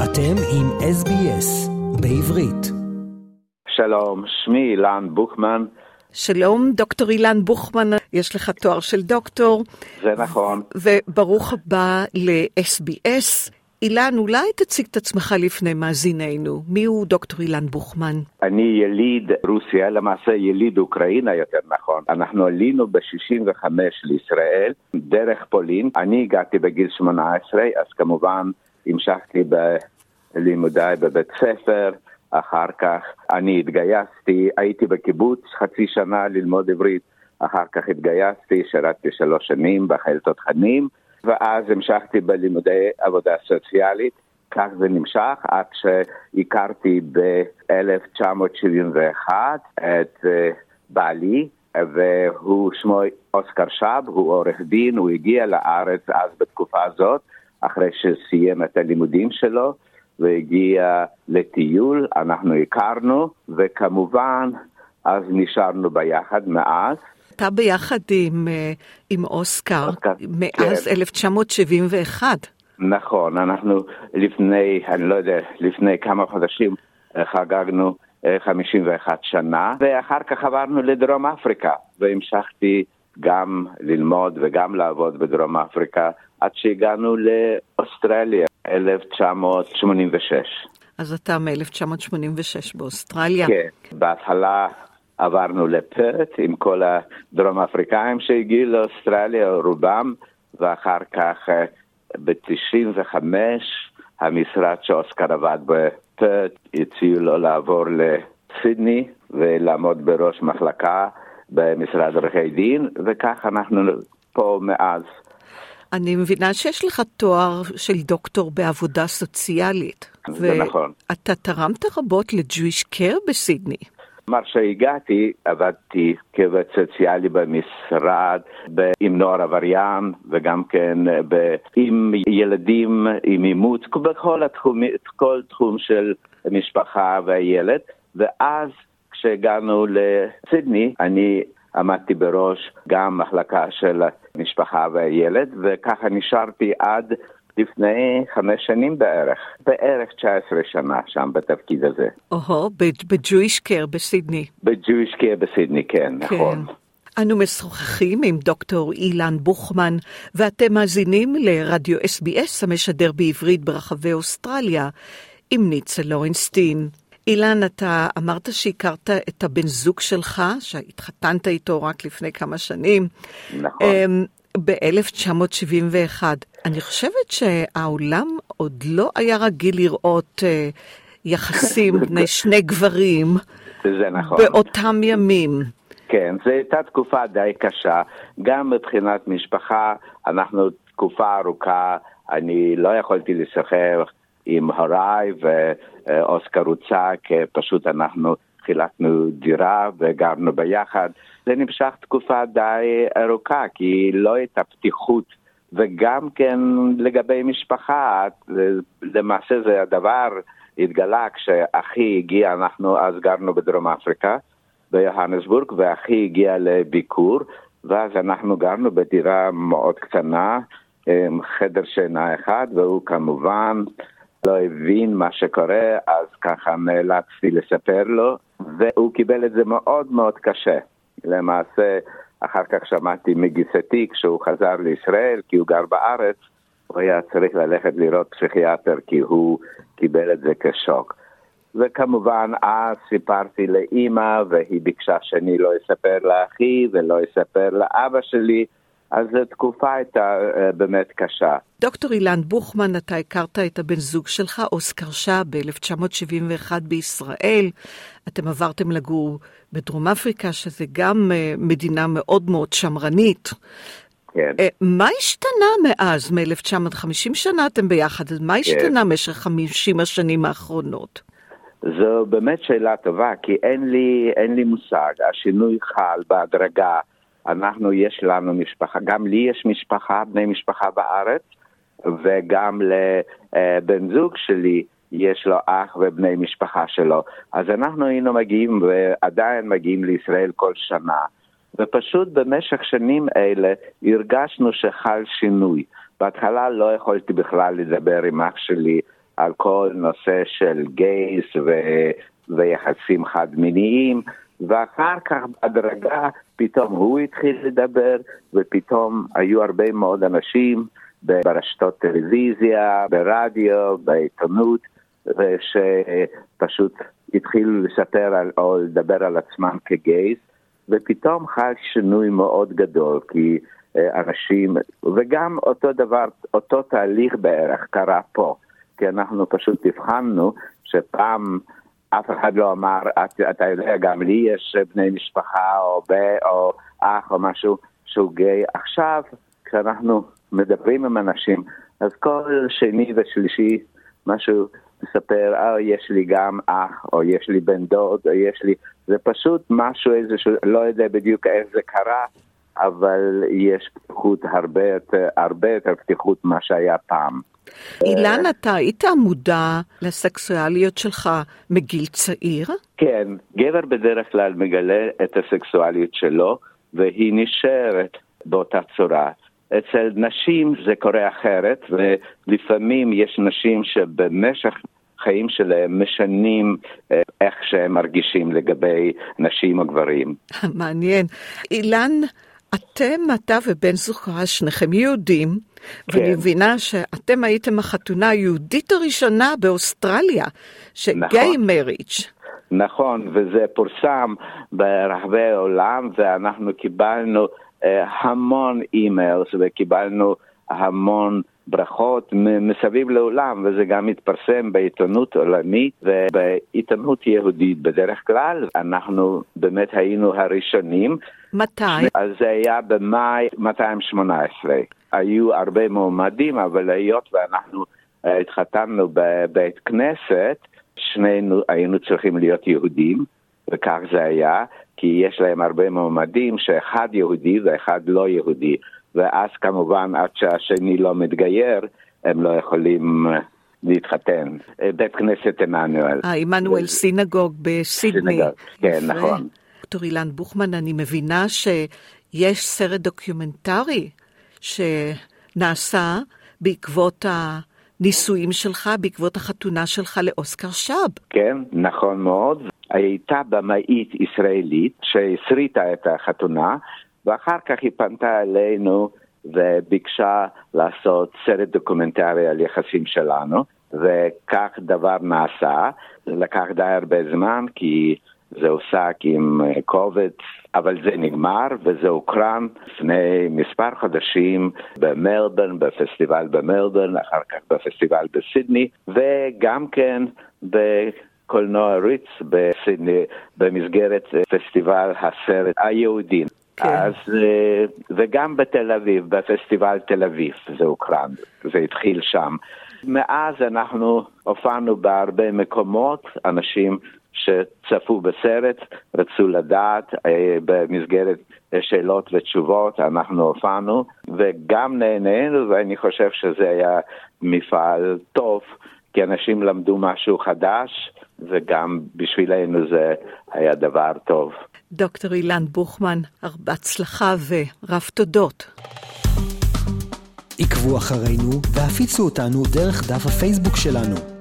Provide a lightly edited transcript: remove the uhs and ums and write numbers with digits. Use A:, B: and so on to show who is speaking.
A: אתם עם SBS בעברית.
B: שלום, שמי אילן בוכמן.
C: שלום, דוקטור אילן בוכמן, יש לך תואר של דוקטור.
B: זה נכון.
C: וברוך הבא ל-SBS. אילן, אולי תציג את עצמך לפני מאזיננו. מי הוא דוקטור אילן בוכמן?
B: אני יליד רוסיה, למעשה יליד אוקראינה יותר נכון. אנחנו עלינו ב-65 לישראל, דרך פולין. אני הגעתי בגיל 18, אז כמובן המשכתי בלימודיי בבית ספר. אחר כך אני התגייסתי, הייתי בקיבוץ חצי שנה ללמוד עברית. אחר כך התגייסתי, שירתתי 3 שנים בחיל תותחנים. ואז המשכתי בלימודי עבודה סוציאלית, כך זה נמשך, עד שהכרתי ב-1971 את בעלי, והוא שמו אוסקר שב, הוא עורך דין, הוא הגיע לארץ אז בתקופה הזאת, אחרי שסיים את הלימודים שלו, והגיע לטיול, אנחנו הכרנו, וכמובן אז נשארנו ביחד מאז.
C: אתה ביחד עם אוסקר מאז 1971.
B: נכון, אנחנו לפני כמה חודשים חגגנו 51 שנה, ואחר כך עברנו לדרום אפריקה, והמשכתי גם ללמוד וגם לעבוד בדרום אפריקה, עד שהגענו לאוסטרליה, 1986.
C: אז אתה מ-1986 באוסטרליה.
B: כן, בהתחלה עברנו לפרט עם כל הדרום אפריקאים שהגיעו לאוסטרליה, רובם, ואחר כך ב-95 המשרד שאוסקר עבד בפרט הציעו לו לעבור לסידני ולעמוד בראש מחלקה במשרד עורכי דין, וכך אנחנו פה מאז.
C: אני מבינה שיש לך תואר של דוקטור בעבודה סוציאלית.
B: זה נכון.
C: ואתה תרמת רבות לג'ויש קר בסידני.
B: כלומר שהגעתי, עבדתי כעובד סוציאלי במשרד, עם נוער עבריין, וגם כן עם ילדים, עם אימוץ, בכל תחום של משפחה והילד. ואז כשהגענו לסידני, אני עמדתי בראש גם מחלקה של משפחה והילד, וככה נשארתי עד לפני 5 שנים בערך 19 שנה שם בתפקיד הזה.
C: בג'ויש קר בסידני.
B: בג'ויש קר בסידני, כן, נכון.
C: אנו משוחחים עם דוקטור אילן בוכמן, ואתם מאזינים לרדיו SBS המשדר בעברית ברחבי אוסטרליה, עם ניצה לורנסטין. אילן, אתה אמרת שהכרת את הבן זוג שלך, שהתחתנת איתו רק לפני כמה שנים.
B: נכון.
C: ב-1971. אני חושבת שהעולם עוד לא היה רגיל לראות יחסים בני 2 גברים.
B: זה נכון.
C: באותם ימים.
B: כן, זו הייתה תקופה די קשה. גם מבחינת משפחה, אנחנו תקופה ארוכה, אני לא יכולתי לשחק עם הוריי, ואוסקר הוצק, פשוט אנחנו חילקנו דירה וגרנו ביחד. זה נמשך תקופה די ארוכה, כי לא הייתה פתיחות, וגם כן לגבי משפחה, למעשה זה הדבר התגלה כשאחי הגיע, אנחנו אז גרנו בדרום אפריקה, ביוהנסבורג, ואחי הגיע לביקור, ואז אנחנו גרנו בדירה מאוד קטנה, עם חדר שינה אחד, והוא כמובן לא הבין מה שקורה, אז ככה נאלצתי לספר לו, והוא קיבל את זה מאוד מאוד קשה. למעשה, אחר כך שמעתי מגיסתי כשהוא חזר לישראל, כי הוא גר בארץ, הוא היה צריך ללכת לראות פסיכיאטר, כי הוא קיבל את זה כשוק. וכמובן, אז סיפרתי לאמא, והיא ביקשה שאני לא אספר לאחי, ולא אספר לאבא שלי, אז התקופה הייתה באמת קשה.
C: דוקטור אילן בוכמן, אתה הכרת את הבן זוג שלך, אוסקר שב, ב-1971 בישראל. אתם עברתם לגור בדרום אפריקה, שזה גם מדינה מאוד מאוד שמרנית.
B: כן.
C: מה השתנה מאז? מ-1950 שנה אתם ביחד, אז מה השתנה במשך 50 השנים האחרונות?
B: זו באמת שאלה טובה, כי אין לי מושג. השינוי חל בהדרגה. יש לנו משפחה, גם לי יש משפחה, בני משפחה בארץ, וגם לבן זוג שלי יש לו אח ובני משפחה שלו. אז אנחנו היינו מגיעים ועדיין מגיעים לישראל כל שנה. ופשוט במשך שנים אלה הרגשנו שחל שינוי. בהתחלה לא יכולתי בכלל לדבר עם אח שלי על כל נושא של גייס ויחסים חד-מיניים, ואחר כך בהדרגה פתאום הוא התחיל לדבר, ופתאום היו הרבה מאוד אנשים ברשתות טלוויזיה, ברדיו, בעיתונות, ושפשוט התחילו לספר או לדבר על עצמם כגייס, ופתאום חל שינוי מאוד גדול, כי אנשים, וגם אותו דבר, אותו תהליך בערך קרה פה, כי אנחנו פשוט הבחנו שפעם אף אחד לא אמר, אתה יודע, גם לי יש בני משפחה או אח או משהו שהוא גיי. עכשיו, כשאנחנו מדברים עם אנשים, אז כל שני ושלישי משהו מספר, יש לי גם אח, או יש לי בן דוד, או יש לי, זה פשוט משהו איזשהו, לא יודע בדיוק איך זה קרה, אבל יש פתיחות הרבה יותר פתיחות מה שהיה פעם.
C: אילן, אתה היית מודע לסקסואליות שלך מגיל צעיר?
B: כן, גבר בדרך כלל מגלה את הסקסואליות שלו, והיא נשארת באותה צורה. אצל נשים זה קורה אחרת, ולפעמים יש נשים שבמשך חיים שלהם משנים איך שהם מרגישים לגבי נשים או גברים.
C: מעניין. אילן, אתה ובן זוגך, שניכם יהודים, כן. ואני מבינה שאתם הייתם החתונה היהודית הראשונה באוסטרליה, שגיי מריג'.
B: נכון, וזה פורסם ברחבי העולם, ואנחנו קיבלנו המון אימיילס, וקיבלנו המון ברכות מסביב לעולם, וזה גם התפרסם בעיתונות עולמית ובעיתונות יהודית בדרך כלל. אנחנו באמת היינו הראשונים.
C: מתי?
B: אז זה היה במאי 2018. היו הרבה מועמדים, אבל היות ואנחנו התחתנו בבית כנסת, שנינו היינו צריכים להיות יהודים, וכך זה היה, כי יש להם הרבה מועמדים שאחד יהודי ואחד לא יהודי. ואז כמובן עד שהשני לא מתגייר, הם לא יכולים להתחתן. בית כנסת עמנואל.
C: עמנואל סינגוג בסידני.
B: כן, נכון.
C: דוקטור אילן בוכמן, אני מבינה שיש סרט דוקומנטרי שנעשה בעקבות הנישואים שלך, בעקבות החתונה שלך לאוסקר שב.
B: כן, נכון מאוד. הייתה במאית ישראלית שהסריטה את החתונה, ואחר כך היא פנתה אלינו וביקשה לעשות סרט דוקומנטרי על יחסים שלנו, וכך דבר נעשה. לקח די הרבה זמן, כי זה הוסק עם קובץ, אבל זה נגמר, וזה הוקרן לפני מספר חודשים במלבורן, בפסטיבל במלבורן, אחר כך בפסטיבל בסידני, וגם כן בקולנוע ריץ בסידני, במסגרת פסטיבל הסרט היהודי. כן. אז, וגם בתל אביב, בפסטיבל תל אביב, זה הוקרן, זה התחיל שם. מאז אנחנו הופענו בהרבה מקומות, אנשים שצפו בסרט, רצו לדעת, במסגרת שאלות ותשובות, אנחנו הופענו, וגם נהנינו, ואני חושב שזה היה מפעל טוב, כי אנשים למדו משהו חדש, וגם בשבילנו זה היה דבר טוב.
C: דוקטור אילן בוכמן, הרבה הצלחה ורב תודות.
A: עקבו אחרינו והפיצו אותנו דרך דף הפייסבוק שלנו.